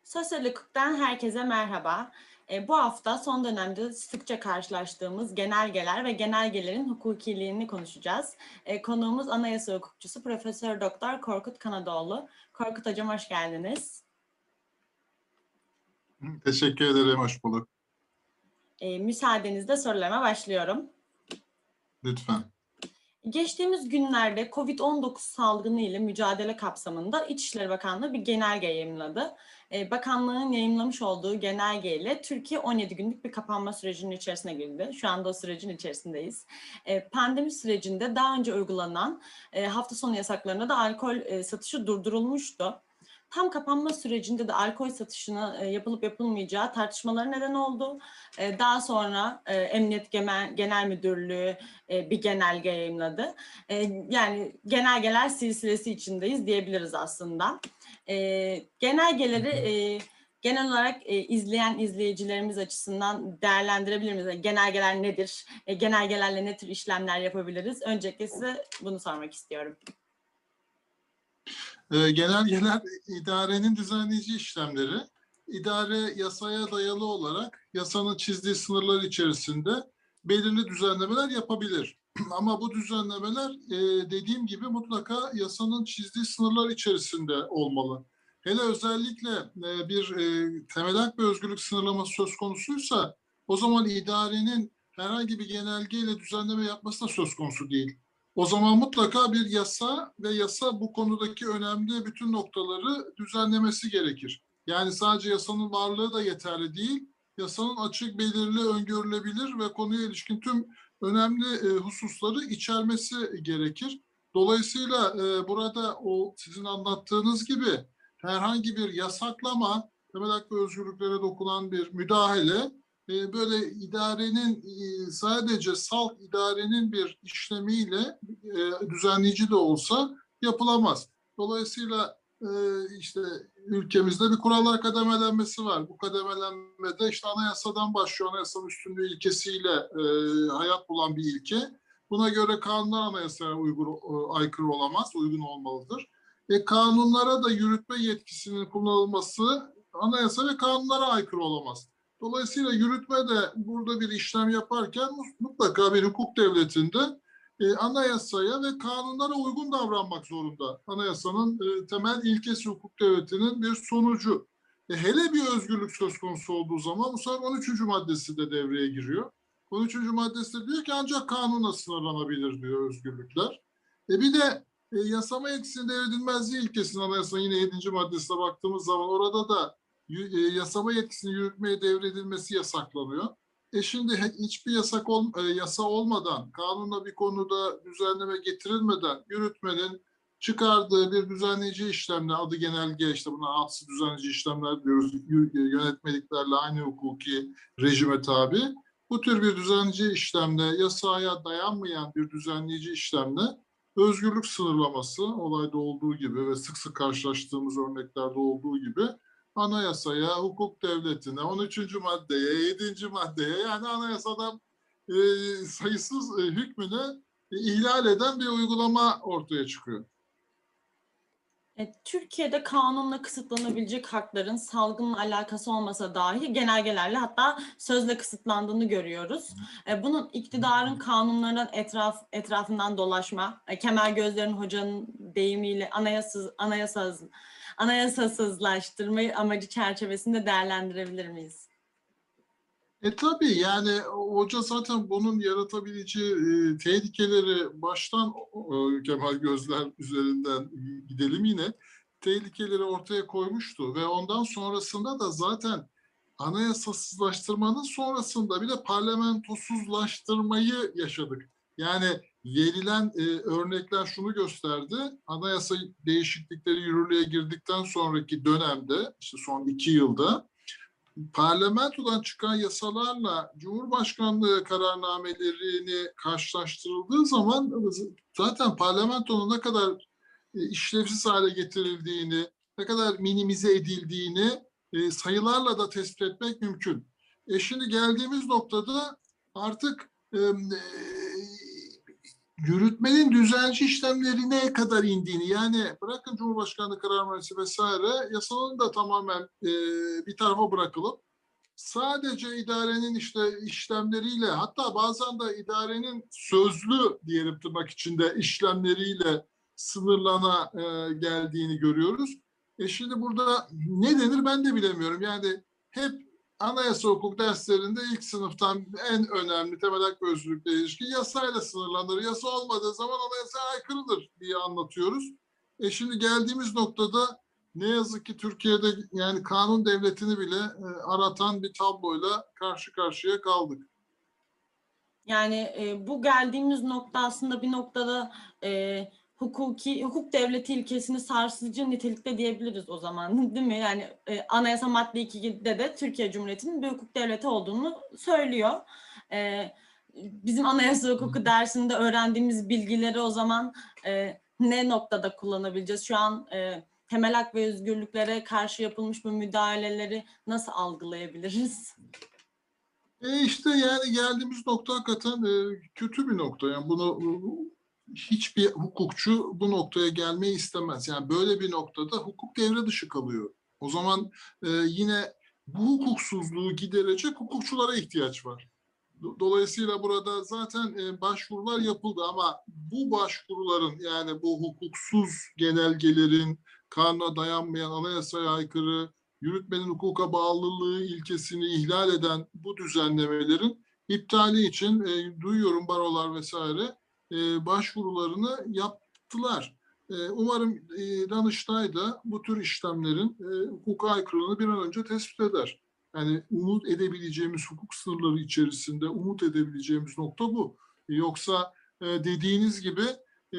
Sosyal hukuktan herkese merhaba. Bu hafta son dönemde sıkça karşılaştığımız genelgeler ve genelgelerin hukukiliğini konuşacağız. Konuğumuz anayasa hukukçusu Profesör Doktor Korkut Kanadoğlu. Korkut Hocam hoş geldiniz. Teşekkür ederim, hoş bulduk. Müsaadenizle sorularıma başlıyorum. Lütfen. Geçtiğimiz günlerde COVID-19 salgını ile mücadele kapsamında İçişleri Bakanlığı bir genelge yayımladı. Bakanlığın yayımlamış olduğu genelgeyle Türkiye 17 günlük bir kapanma sürecinin içerisine girdi. Şu anda o sürecin içerisindeyiz. Pandemi sürecinde daha önce uygulanan hafta sonu yasaklarında da alkol satışı durdurulmuştu. Tam kapanma sürecinde de alkol satışını yapılıp yapılmayacağı tartışmalara neden oldu. Daha sonra Emniyet Genel Müdürlüğü bir genelge yayımladı. Yani genelgeler silsilesi içindeyiz diyebiliriz aslında. Genelgeleri genel olarak izleyen izleyicilerimiz açısından değerlendirebilir miyiz? Genelgeler nedir? Genelgelerle ne tür işlemler yapabiliriz? Öncelikle size bunu sormak istiyorum. Genelgeler idarenin düzenleyici işlemleri. İdare yasaya dayalı olarak yasanın çizdiği sınırlar içerisinde belirli düzenlemeler yapabilir. Ama bu düzenlemeler dediğim gibi mutlaka yasanın çizdiği sınırlar içerisinde olmalı. Hele özellikle bir temel hak ve özgürlük sınırlaması söz konusuysa o zaman idarenin herhangi bir genelgeyle düzenleme yapması da söz konusu değil. O zaman mutlaka bir yasa ve yasa bu konudaki önemli bütün noktaları düzenlemesi gerekir. Yani sadece yasanın varlığı da yeterli değil. Yasanın açık, belirli, öngörülebilir ve konuya ilişkin tüm önemli hususları içermesi gerekir. Dolayısıyla burada o sizin anlattığınız gibi herhangi bir yasaklama, temel hak ve özgürlüklere dokunan bir müdahale böyle idarenin sadece salt idarenin bir işlemiyle düzenleyici de olsa yapılamaz. Dolayısıyla işte ülkemizde bir kurallar kademelenmesi var. Bu kademelenmede işte anayasadan başlıyor. Anayasanın üstünlüğü ilkesiyle hayat bulan bir ilke. Buna göre kanunlar anayasaya aykırı olamaz, uygun olmalıdır. Kanunlara da yürütme yetkisinin kullanılması anayasa ve kanunlara aykırı olamaz. Dolayısıyla yürütme de burada bir işlem yaparken mutlaka bir hukuk devletinde anayasaya ve kanunlara uygun davranmak zorunda. Anayasanın temel ilkesi hukuk devletinin bir sonucu. Hele bir özgürlük söz konusu olduğu zaman bu sefer 13. maddesi de devreye giriyor. 13. maddesi de diyor ki ancak kanunla sınırlanabilir diyor özgürlükler. Bir de yasama yetkisinin devredilmezliği ilkesinin anayasanın yine 7. maddesine baktığımız zaman orada da yasama yetkisini yürütmeye devredilmesi yasaklanıyor. Şimdi hiçbir yasa olmadan, kanunda bir konuda düzenleme getirilmeden yürütmenin çıkardığı bir düzenleyici işlemle adı genelge işte buna adsız düzenleyici işlemler diyoruz. Yönetmeliklerle aynı hukuki rejime tabi. Bu tür bir düzenleyici işlemle yasaya dayanmayan bir düzenleyici işlemle özgürlük sınırlaması olayda olduğu gibi ve sık sık karşılaştığımız örneklerde olduğu gibi anayasaya, hukuk devletine, 13. maddeye, 7. maddeye yani anayasadan sayısız hükmüne ihlal eden bir uygulama ortaya çıkıyor. Türkiye'de kanunla kısıtlanabilecek hakların salgınla alakası olmasa dahi genelgelerle hatta sözle kısıtlandığını görüyoruz. Bunun iktidarın kanunlarından etrafından dolaşma, Kemal Gözler'in hocanın deyimiyle anayasasızlaştırmayı amacı çerçevesinde değerlendirebilir miyiz? Tabii yani hoca zaten bunun yaratabileceği tehlikeleri baştan Kemal Gözler üzerinden gidelim yine tehlikeleri ortaya koymuştu ve ondan sonrasında da zaten anayasasızlaştırmanın sonrasında bir de parlamentosuzlaştırmayı yaşadık. Yani verilen örnekler şunu gösterdi. Anayasa değişiklikleri yürürlüğe girdikten sonraki dönemde işte son 2 yılda parlamentodan çıkan yasalarla Cumhurbaşkanlığı kararnamelerini karşılaştırıldığı zaman zaten parlamentonun ne kadar işlevsiz hale getirildiğini, ne kadar minimize edildiğini sayılarla da tespit etmek mümkün. Şimdi geldiğimiz noktada artık yürütmenin düzenci işlemlerine kadar indiğini, yani bırakın Cumhurbaşkanlığı kararnamesi vesaire, yasanın da tamamen bir tarafa bırakılıp sadece idarenin işte işlemleriyle, hatta bazen de idarenin sözlü diyelim tırnak içinde işlemleriyle sınırlana geldiğini görüyoruz. Şimdi burada ne denir ben de bilemiyorum. Yani hep anayasa hukuk derslerinde ilk sınıftan en önemli temel hak ve özgürlükle ilişkin yasayla sınırlanır. Yasa olmadığı zaman anayasaya aykırıdır diye anlatıyoruz. Şimdi geldiğimiz noktada ne yazık ki Türkiye'de yani kanun devletini bile aratan bir tabloyla karşı karşıya kaldık. Yani bu geldiğimiz nokta aslında bir noktada hukuk devleti ilkesini sarsıcı nitelikte diyebiliriz o zaman, değil mi? Yani Anayasa madde 2'de de Türkiye Cumhuriyeti'nin bir hukuk devleti olduğunu söylüyor. Bizim anayasa hukuku dersinde öğrendiğimiz bilgileri o zaman ne noktada kullanabileceğiz? Şu an temel hak ve özgürlüklere karşı yapılmış bu müdahaleleri nasıl algılayabiliriz? İşte yani geldiğimiz nokta hakikaten kötü bir nokta. Yani bunu hiçbir hukukçu bu noktaya gelmeyi istemez. Yani böyle bir noktada hukuk devre dışı kalıyor. O zaman yine bu hukuksuzluğu giderecek hukukçulara ihtiyaç var. Dolayısıyla burada zaten başvurular yapıldı ama bu başvuruların, yani bu hukuksuz genelgelerin, kanuna dayanmayan, anayasaya aykırı, yürütmenin hukuka bağlılığı ilkesini ihlal eden bu düzenlemelerin iptali için duyuyorum barolar vesaire başvurularını yaptılar. Umarım Danıştay da bu tür işlemlerin hukuka aykırılığını bir an önce tespit eder. Yani umut edebileceğimiz hukuk sınırları içerisinde umut edebileceğimiz nokta bu. Yoksa dediğiniz gibi e,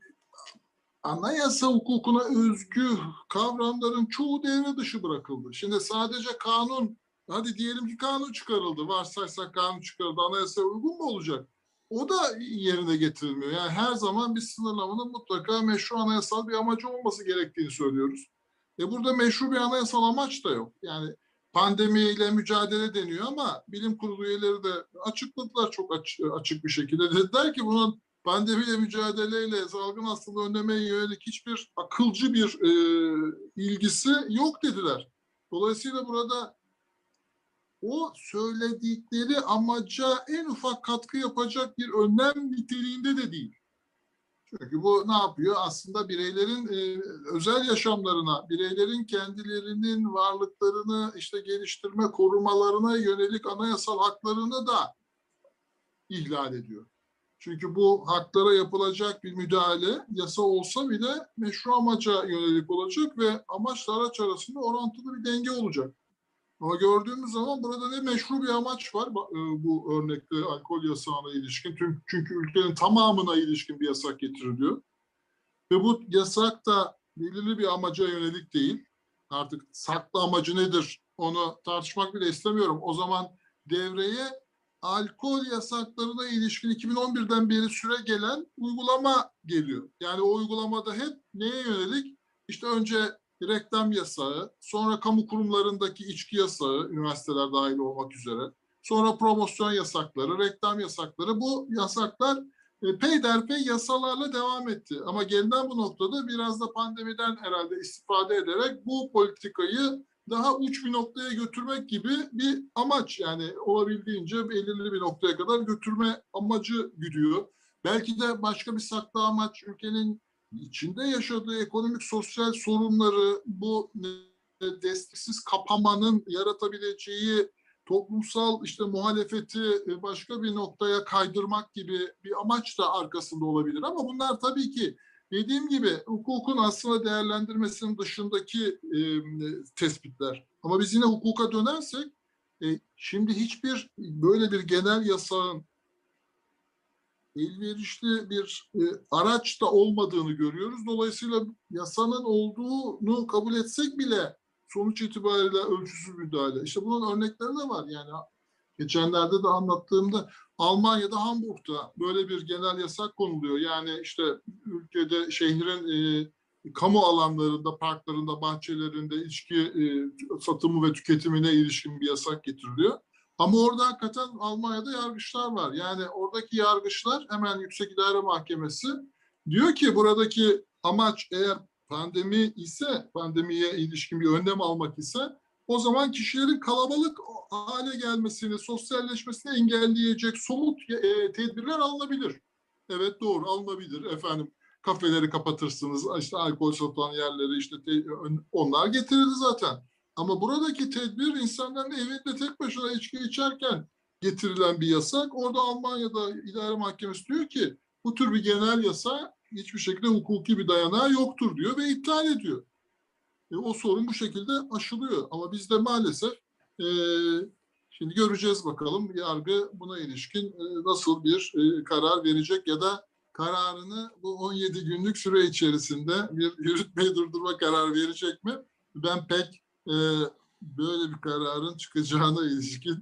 anayasa hukukuna özgü kavramların çoğu devre dışı bırakıldı. Şimdi sadece kanun, hadi diyelim ki kanun çıkarıldı, varsaysak kanun çıkarıldı, anayasaya uygun mu olacak? O da yerine getirilmiyor. Yani her zaman bir sınırlamanın mutlaka meşru anayasal bir amacı olması gerektiğini söylüyoruz. Burada meşru bir anayasal amaç da yok. Yani pandemiyle mücadele deniyor ama bilim kurulu üyeleri de açıkladılar çok açık bir şekilde. Dediler ki bunun pandemiyle mücadeleyle salgın hastalığı önlemeye yönelik hiçbir akılcı bir ilgisi yok dediler. Dolayısıyla burada o söyledikleri amaca en ufak katkı yapacak bir önlem niteliğinde de değil. Çünkü bu ne yapıyor? Aslında bireylerin özel yaşamlarına, bireylerin kendilerinin varlıklarını işte geliştirme, korumalarına yönelik anayasal haklarını da ihlal ediyor. Çünkü bu haklara yapılacak bir müdahale yasa olsa bile meşru amaca yönelik olacak ve amaçla araç arasında orantılı bir denge olacak. Ama gördüğümüz zaman burada ne meşru bir amaç var bu örnekte alkol yasağına ilişkin. Çünkü ülkenin tamamına ilişkin bir yasak getiriliyor. Ve bu yasak da belirli bir amaca yönelik değil. Artık saklı amacı nedir onu tartışmak bile istemiyorum. O zaman devreye alkol yasaklarına ilişkin 2011'den beri süre gelen uygulama geliyor. Yani o uygulamada hep neye yönelik? İşte önce reklam yasağı, sonra kamu kurumlarındaki içki yasağı, üniversiteler dahil olmak üzere, sonra promosyon yasakları, reklam yasakları. Bu yasaklar peyderpey yasalarla devam etti. Ama gelinen bu noktada biraz da pandemiden herhalde istifade ederek bu politikayı daha uç bir noktaya götürmek gibi bir amaç, yani olabildiğince belirli bir noktaya kadar götürme amacı güdüyor. Belki de başka bir saklı amaç ülkenin içinde yaşadığı ekonomik sosyal sorunları bu desteksiz kapamanın yaratabileceği toplumsal işte muhalefeti başka bir noktaya kaydırmak gibi bir amaç da arkasında olabilir. Ama bunlar tabii ki dediğim gibi hukukun aslında değerlendirmesinin dışındaki tespitler. Ama biz yine hukuka dönersek şimdi hiçbir böyle bir genel yasağın elverişli bir araç da olmadığını görüyoruz. Dolayısıyla yasanın olduğunu kabul etsek bile sonuç itibariyle ölçüsüz müdahale. İşte bunun örnekleri de var. Yani geçenlerde de anlattığımda Almanya'da Hamburg'da böyle bir genel yasak konuluyor. Yani işte ülkede şehrin kamu alanlarında, parklarında, bahçelerinde içki satımı ve tüketimine ilişkin bir yasak getiriliyor. Ama orada hakikaten Almanya'da yargıçlar var. Yani oradaki yargıçlar hemen Yüksek İdare Mahkemesi diyor ki buradaki amaç eğer pandemi ise, pandemiye ilişkin bir önlem almak ise o zaman kişilerin kalabalık hale gelmesini, sosyalleşmesini engelleyecek somut tedbirler alınabilir. Evet, doğru, alınabilir efendim. Kafeleri kapatırsınız, işte alkol satan yerleri, işte onlar getirildi zaten. Ama buradaki tedbir insanların evinde tek başına içki içerken getirilen bir yasak. Orada Almanya'da İdare Mahkemesi diyor ki bu tür bir genel yasa hiçbir şekilde hukuki bir dayanağı yoktur diyor ve iptal ediyor. O sorun bu şekilde aşılıyor. Ama bizde maalesef e, şimdi göreceğiz bakalım yargı buna ilişkin nasıl bir karar verecek ya da kararını bu 17 günlük süre içerisinde bir yürütmeyi durdurma kararı verecek mi? Ben pek e, böyle bir kararın çıkacağına ilişkin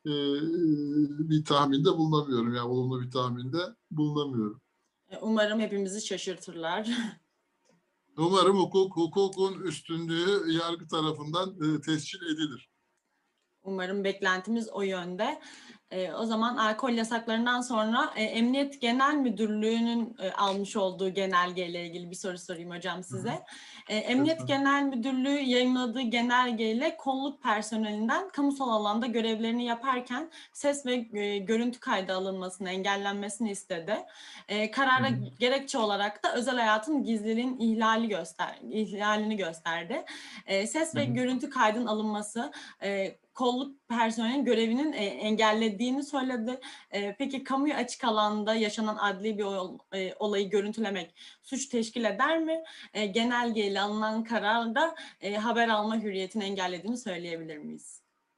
bir tahminde bulunamıyorum. Yani olumlu bir tahminde bulunamıyorum. Umarım hepimizi şaşırtırlar. Umarım hukukun üstünlüğü yargı tarafından tescil edilir. Umarım beklentimiz o yönde. O zaman alkol yasaklarından sonra Emniyet Genel Müdürlüğü'nün almış olduğu genelgeyle ilgili bir soru sorayım hocam size. Emniyet Genel Müdürlüğü yayınladığı genelgeyle kolluk personelinden kamusal alanda görevlerini yaparken ses ve görüntü kaydı alınmasını, engellenmesini istedi. Karara gerekçe olarak da özel hayatın gizliliğinin ihlalini gösterdi. Ses ve görüntü kaydın alınması kolluk personelinin görevinin engellediğini söyledi. Peki kamuya açık alanda yaşanan adli bir olayı görüntülemek suç teşkil eder mi? Genelgeyle alınan kararda haber alma hürriyetini engellediğini söyleyebilir miyiz?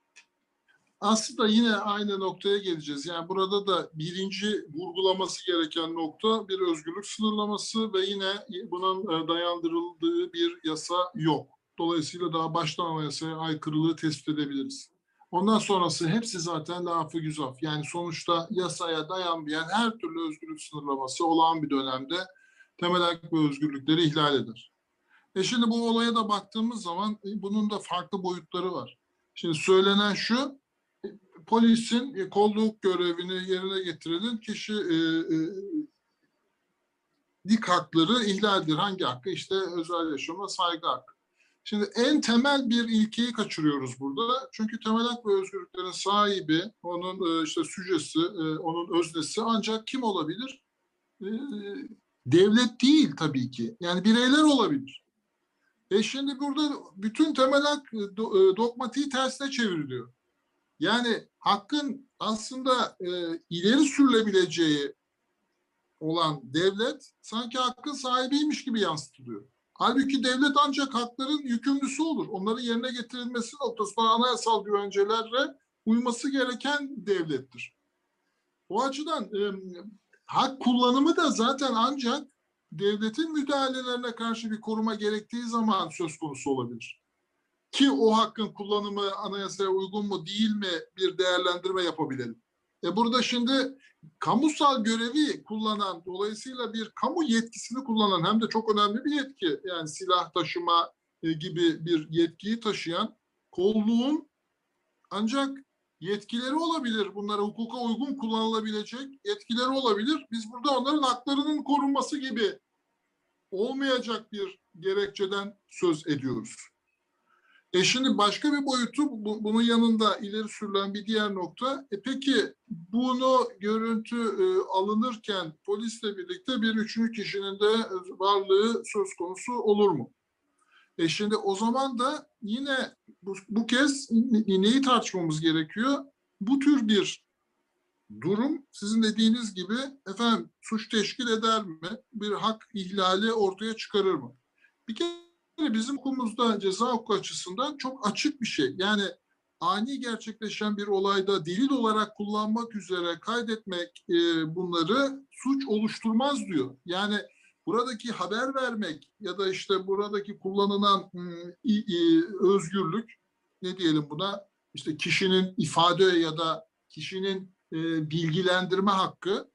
Aslında yine aynı noktaya geleceğiz. Yani burada da birinci vurgulaması gereken nokta bir özgürlük sınırlaması ve yine bunun dayandırıldığı bir yasa yok. Dolayısıyla daha baştan anayasaya aykırılığı tespit edebiliriz. Ondan sonrası hepsi zaten lafı güzaf. Yani sonuçta yasaya dayanmayan her türlü özgürlük sınırlaması olağan bir dönemde temel hak ve özgürlükleri ihlal eder. Şimdi bu olaya da baktığımız zaman bunun da farklı boyutları var. Şimdi söylenen şu, polisin kolluk görevini yerine getirenin lik hakları ihlaldir. Hangi hakkı? İşte özel yaşama saygı hakkı. Şimdi en temel bir ilkeyi kaçırıyoruz burada. Çünkü temel hak ve özgürlüklerin sahibi, onun işte süjesi, onun öznesi ancak kim olabilir? Devlet değil tabii ki. Yani bireyler olabilir. Şimdi burada bütün temel hak dogmatiği tersine çevriliyor. Yani hakkın aslında ileri sürülebileceği olan devlet sanki hakkın sahibiymiş gibi yansıtılıyor. Halbuki devlet ancak hakların yükümlüsü olur. Onların yerine getirilmesi noktasında anayasal güvencelerle uyması gereken devlettir. O açıdan hak kullanımı da zaten ancak devletin müdahalelerine karşı bir koruma gerektiği zaman söz konusu olabilir. Ki o hakkın kullanımı anayasaya uygun mu değil mi bir değerlendirme yapabilelim. Burada şimdi kamusal görevi kullanan, dolayısıyla bir kamu yetkisini kullanan hem de çok önemli bir yetki, yani silah taşıma gibi bir yetkiyi taşıyan kolluğun ancak yetkileri olabilir. Bunlara hukuka uygun kullanılabilecek yetkileri olabilir. Biz burada onların haklarının korunması gibi olmayacak bir gerekçeden söz ediyoruz. Şimdi başka bir boyutu bunun yanında ileri sürülen bir diğer nokta. Peki bunu görüntü alınırken polisle birlikte bir üçüncü kişinin de varlığı söz konusu olur mu? Şimdi o zaman da yine bu kez neyi tartışmamız gerekiyor? Bu tür bir durum sizin dediğiniz gibi efendim suç teşkil eder mi? Bir hak ihlali ortaya çıkarır mı? Bir kere bizim hukukumuzda ceza hukuku açısından çok açık bir şey. Yani ani gerçekleşen bir olayda delil olarak kullanmak üzere kaydetmek bunları suç oluşturmaz diyor. Yani buradaki haber vermek ya da işte buradaki kullanılan özgürlük, ne diyelim buna, işte kişinin ifade ya da kişinin bilgilendirme hakkı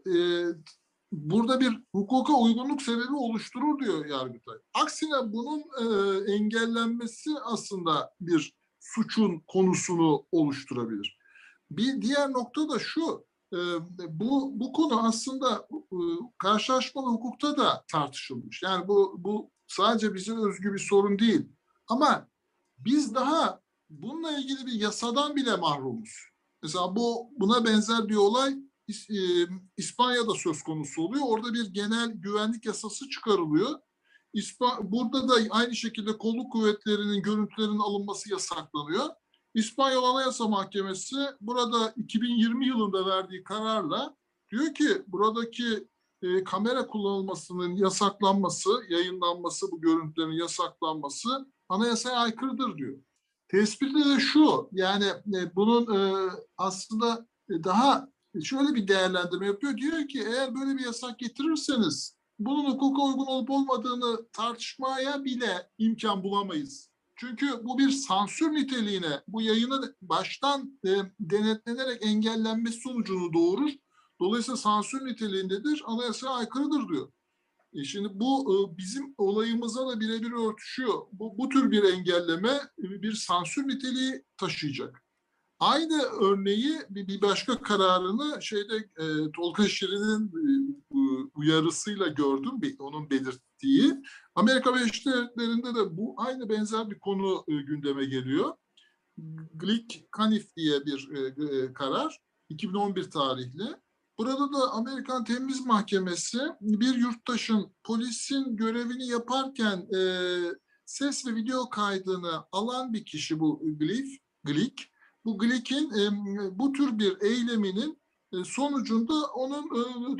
burada bir hukuka uygunluk sebebi oluşturur diyor Yargıtay. Aksine bunun engellenmesi aslında bir suçun konusunu oluşturabilir. Bir diğer nokta da şu, bu konu aslında karşılaşmalı hukukta da tartışılmış. Yani bu sadece bize özgü bir sorun değil. Ama biz daha bununla ilgili bir yasadan bile mahrumuz. Mesela buna benzer bir olay İspanya'da söz konusu oluyor. Orada bir genel güvenlik yasası çıkarılıyor. Burada da aynı şekilde kolluk kuvvetlerinin görüntülerinin alınması yasaklanıyor. İspanyol Anayasa Mahkemesi burada 2020 yılında verdiği kararla diyor ki buradaki kamera kullanılmasının yasaklanması, yayınlanması, bu görüntülerin yasaklanması anayasaya aykırıdır diyor. Tespiti de şu, yani bunun aslında daha şöyle bir değerlendirme yapıyor. Diyor ki eğer böyle bir yasak getirirseniz bunun hukuka uygun olup olmadığını tartışmaya bile imkan bulamayız. Çünkü bu bir sansür niteliğine, bu yayının baştan denetlenerek engellenmesi sonucunu doğurur. Dolayısıyla sansür niteliğindedir, anayasaya aykırıdır diyor. Şimdi bu bizim olayımıza da birebir örtüşüyor. Bu tür bir engelleme bir sansür niteliği taşıyacak. Aynı örneği bir başka kararını Tolga Şirin'in uyarısıyla gördüm, onun belirttiği. Amerika Birleşik Devletleri'nde de bu aynı benzer bir konu gündeme geliyor. Glick-Canif diye bir karar, 2011 tarihli. Burada da Amerikan Temiz Mahkemesi bir yurttaşın polisin görevini yaparken ses ve video kaydını alan bir kişi, bu Glick. Bu Glick'in bu tür bir eyleminin sonucunda onun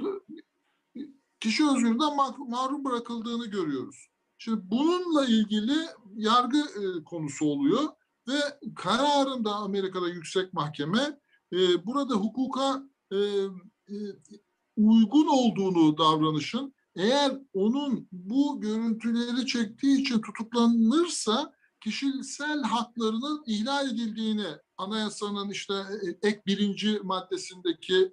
kişi özgürlüğünden mahrum bırakıldığını görüyoruz. Şimdi bununla ilgili yargı konusu oluyor ve kararında Amerika'da yüksek mahkeme burada hukuka uygun olduğunu davranışın, eğer onun bu görüntüleri çektiği için tutuklanırsa kişisel haklarının ihlal edildiğini, anayasanın ek 1. maddesindeki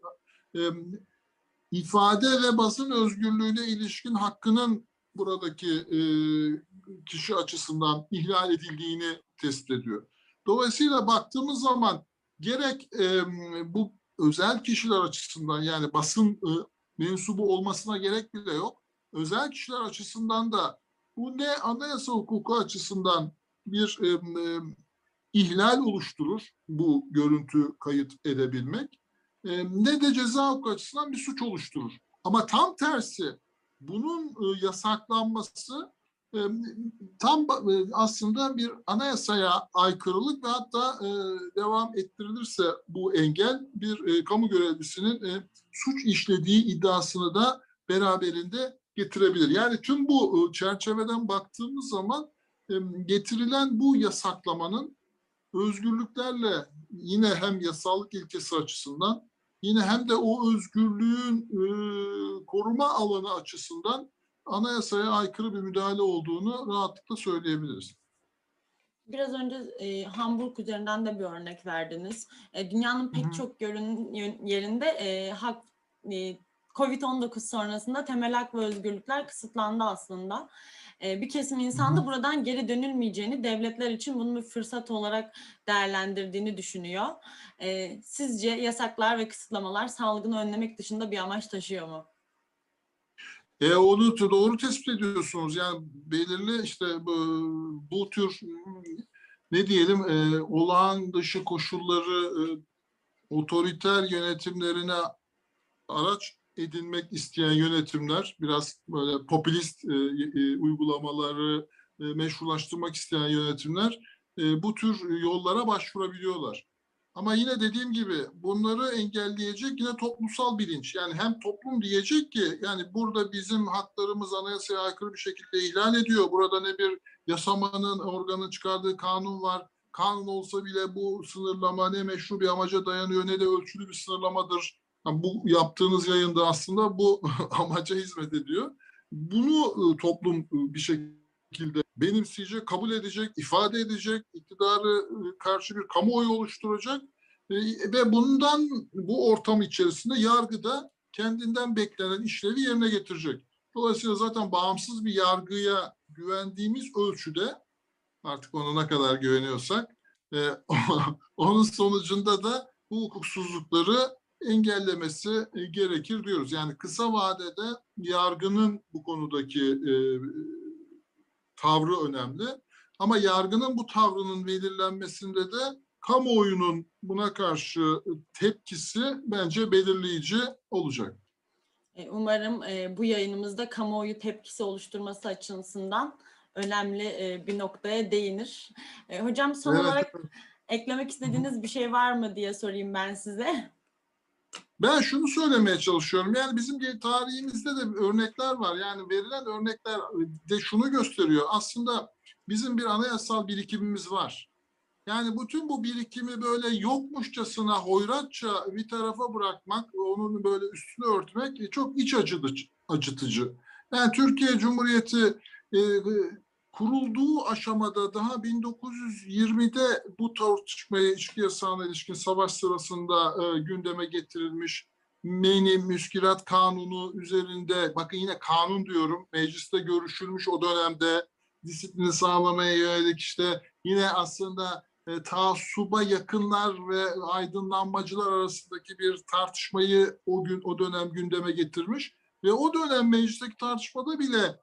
ifade ve basın özgürlüğüne ilişkin hakkının buradaki kişi açısından ihlal edildiğini tespit ediyor. Dolayısıyla baktığımız zaman gerek bu özel kişiler açısından, yani basın mensubu olmasına gerek bile yok. Özel kişiler açısından da bu ne anayasa hukuku açısından bir ihlal oluşturur, bu görüntü kayıt edebilmek, ne de ceza hukuku açısından bir suç oluşturur. Ama tam tersi, bunun yasaklanması tam aslında bir anayasaya aykırılık ve hatta devam ettirilirse bu engel bir kamu görevlisinin suç işlediği iddiasını da beraberinde getirebilir. Yani tüm bu çerçeveden baktığımız zaman getirilen bu yasaklamanın özgürlüklerle yine hem yasallık ilkesi açısından, yine hem de o özgürlüğün koruma alanı açısından anayasaya aykırı bir müdahale olduğunu rahatlıkla söyleyebiliriz. Biraz önce Hamburg üzerinden de bir örnek verdiniz. Dünyanın pek çok yerinde COVID-19 sonrasında temel hak ve özgürlükler kısıtlandı aslında. Bir kesim insan da buradan geri dönülmeyeceğini, devletler için bunu bir fırsat olarak değerlendirdiğini düşünüyor. Sizce yasaklar ve kısıtlamalar salgını önlemek dışında bir amaç taşıyor mu? Onu doğru tespit ediyorsunuz. Yani belirli bu tür ne diyelim olağan dışı koşulları otoriter yönetimlerine araç edinmek isteyen yönetimler, biraz böyle popülist uygulamaları meşrulaştırmak isteyen yönetimler bu tür yollara başvurabiliyorlar. Ama yine dediğim gibi bunları engelleyecek yine toplumsal bilinç. Yani hem toplum diyecek ki yani burada bizim haklarımız anayasaya aykırı bir şekilde ihlal ediyor. Burada ne bir yasamanın, organın çıkardığı kanun var. Kanun olsa bile bu sınırlama ne meşru bir amaca dayanıyor ne de ölçülü bir sınırlamadır. Yani bu yaptığınız yayında aslında bu amaca hizmet ediyor. Bunu toplum bir şekilde benimseyecek, kabul edecek, ifade edecek, iktidarı karşı bir kamuoyu oluşturacak ve bu ortam içerisinde yargıda kendinden beklenen işlevi yerine getirecek. Dolayısıyla zaten bağımsız bir yargıya güvendiğimiz ölçüde, artık ona ne kadar güveniyorsak, onun sonucunda da bu hukuksuzlukları engellemesi gerekir diyoruz. Yani kısa vadede yargının bu konudaki tavrı önemli. Ama yargının bu tavrının belirlenmesinde de kamuoyunun buna karşı tepkisi bence belirleyici olacak. Umarım bu yayınımızda kamuoyu tepkisi oluşturması açısından önemli bir noktaya değinir. Hocam son olarak eklemek istediğiniz bir şey var mı diye sorayım ben size. Ben şunu söylemeye çalışıyorum. Yani bizim tarihimizde de örnekler var. Yani verilen örnekler de şunu gösteriyor. Aslında bizim bir anayasal birikimimiz var. Yani bütün bu birikimi böyle yokmuşçasına, hoyratça bir tarafa bırakmak, onun böyle üstünü örtmek çok iç acıtıcı. Yani Türkiye Cumhuriyeti kurulduğu aşamada daha 1920'de bu tartışmaya, içki yasağına ilişkin savaş sırasında gündeme getirilmiş müskilat kanunu üzerinde, bakın yine kanun diyorum, mecliste görüşülmüş o dönemde disiplini sağlamaya yönelik işte yine aslında taassuba yakınlar ve aydınlanmacılar arasındaki bir tartışmayı o dönem gündeme getirmiş ve o dönem meclisteki tartışmada bile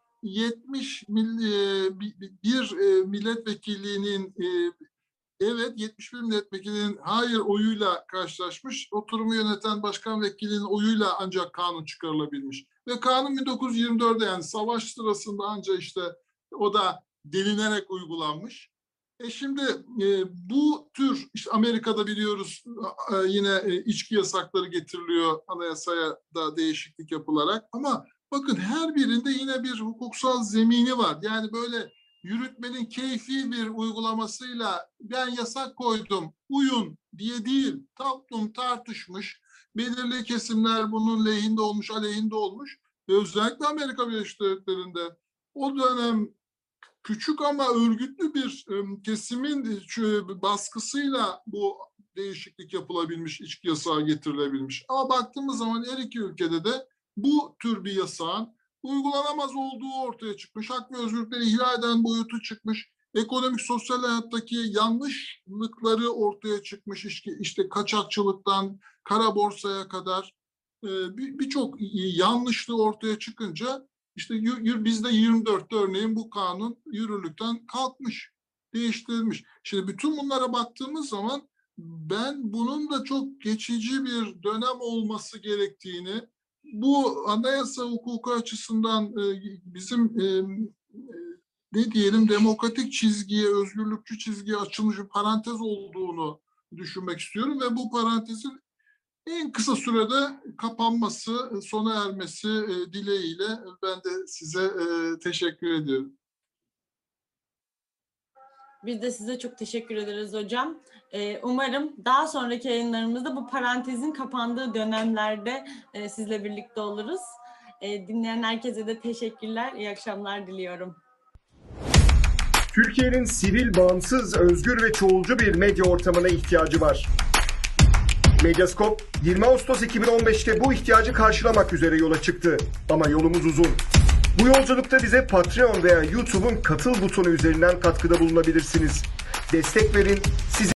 71 milletvekilliğinin evet 71 milletvekilinin hayır oyuyla karşılaşmış. Oturumu yöneten başkan vekilinin oyuyla ancak kanun çıkarılabilmiş. Ve kanun 1924'de yani savaş sırasında ancak işte o da delinerek uygulanmış. Şimdi bu tür işte Amerika'da biliyoruz yine içki yasakları getiriliyor anayasaya da değişiklik yapılarak ama bakın her birinde yine bir hukuksal zemini var. Yani böyle yürütmenin keyfi bir uygulamasıyla ben yasak koydum, uyun diye değil. Toplum tartışmış, belirli kesimler bunun lehinde olmuş, aleyhinde olmuş. Ve özellikle Amerika Birleşik Devletleri'nde o dönem küçük ama örgütlü bir kesimin baskısıyla bu değişiklik yapılabilmiş, içki yasağı getirilebilmiş. Ama baktığımız zaman her iki ülkede de bu tür bir yasağın uygulanamaz olduğu ortaya çıkmış. Hak ve özgürlükleri ihlal eden boyutu çıkmış. Ekonomik, sosyal hayattaki yanlışlıkları ortaya çıkmış. İşte kaçakçılıktan kara borsaya kadar birçok yanlışlığı ortaya çıkınca işte bizde 24'te örneğin bu kanun yürürlükten kalkmış, değiştirilmiş. Şimdi bütün bunlara baktığımız zaman ben bunun da çok geçici bir dönem olması gerektiğini, bu anayasa hukuku açısından bizim ne diyelim demokratik çizgiye, özgürlükçü çizgiye açılmış bir parantez olduğunu düşünmek istiyorum ve bu parantezin en kısa sürede kapanması, sona ermesi dileğiyle ben de size teşekkür ediyorum. Biz de size çok teşekkür ederiz hocam. Umarım daha sonraki yayınlarımızda bu parantezin kapandığı dönemlerde sizle birlikte oluruz. Dinleyen herkese de teşekkürler, iyi akşamlar diliyorum. Türkiye'nin sivil, bağımsız, özgür ve çoğulcu bir medya ortamına ihtiyacı var. Medyascope 20 Ağustos 2015'te bu ihtiyacı karşılamak üzere yola çıktı. Ama yolumuz uzun. Bu yolculukta bize Patreon veya YouTube'un katıl butonu üzerinden katkıda bulunabilirsiniz. Destek verin, sizi